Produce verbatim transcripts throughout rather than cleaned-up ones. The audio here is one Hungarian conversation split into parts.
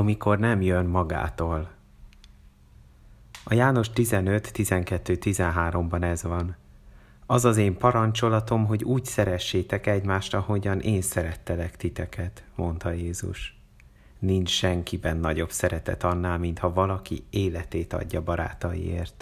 amikor nem jön magától. A János tizenöt tizenkettő tizenháromban ez van. Az az én parancsolatom, hogy úgy szeressétek egymást, ahogyan én szerettelek titeket, mondta Jézus. Nincs senkiben nagyobb szeretet annál, mintha valaki életét adja barátaiért.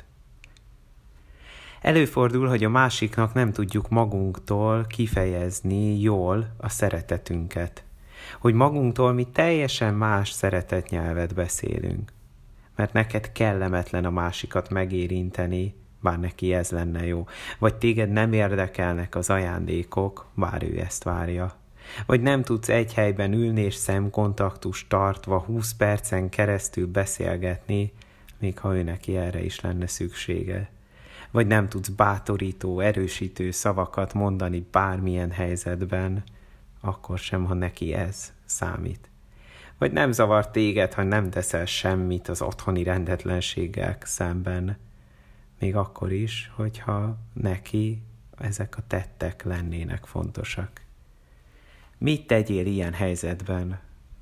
Előfordul, hogy a másiknak nem tudjuk magunktól kifejezni jól a szeretetünket. Hogy magunktól mi teljesen más szeretetnyelvet beszélünk. Mert neked kellemetlen a másikat megérinteni, bár neki ez lenne jó. Vagy téged nem érdekelnek az ajándékok, bár ő ezt várja. Vagy nem tudsz egy helyben ülni és szemkontaktust tartva húsz percen keresztül beszélgetni, még ha ő neki erre is lenne szüksége. Vagy nem tudsz bátorító, erősítő szavakat mondani bármilyen helyzetben, akkor sem, ha neki ez számít. Vagy nem zavar téged, ha nem teszel semmit az otthoni rendetlenséggel szemben, még akkor is, hogyha neki ezek a tettek lennének fontosak. Mit tegyél ilyen helyzetben?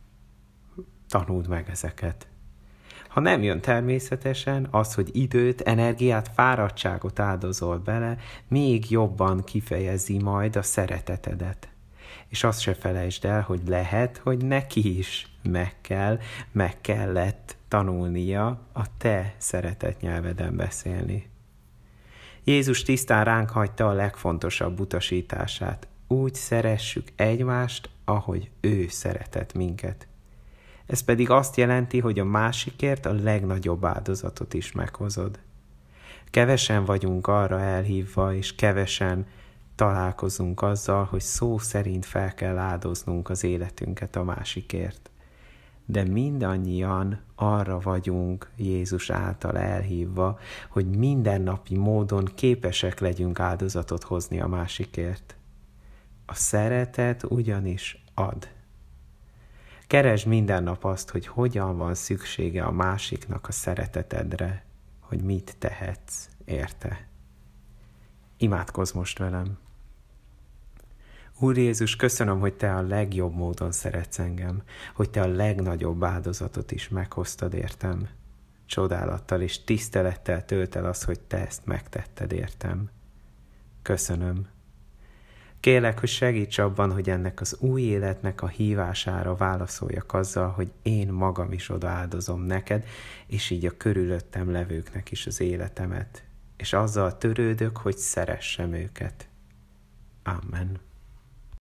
Tanuld meg ezeket. Ha nem jön természetesen, az, hogy időt, energiát, fáradtságot áldozol bele, még jobban kifejezi majd a szeretetedet. És azt se felejtsd el, hogy lehet, hogy neki is meg kell, meg kellett tanulnia a te szeretetnyelveden beszélni. Jézus tisztán ránk hagyta a legfontosabb utasítását. Úgy szeressük egymást, ahogy ő szeretett minket. Ez pedig azt jelenti, hogy a másikért a legnagyobb áldozatot is meghozod. Kevesen vagyunk arra elhívva, és kevesen találkozunk azzal, hogy szó szerint fel kell áldoznunk az életünket a másikért. De mindannyian arra vagyunk Jézus által elhívva, hogy mindennapi módon képesek legyünk áldozatot hozni a másikért. A szeretet ugyanis ad. Keresd minden nap azt, hogy hogyan van szüksége a másiknak a szeretetedre, hogy mit tehetsz érte. Imádkozz most velem. Úr Jézus, köszönöm, hogy Te a legjobb módon szeretsz engem, hogy Te a legnagyobb áldozatot is meghoztad értem. Csodálattal és tisztelettel tölt el az, hogy Te ezt megtetted értem. Köszönöm. Kérlek, hogy segíts abban, hogy ennek az új életnek a hívására válaszoljak azzal, hogy én magam is odaáldozom neked, és így a körülöttem levőknek is az életemet, és azzal törődök, hogy szeressem őket. Amen.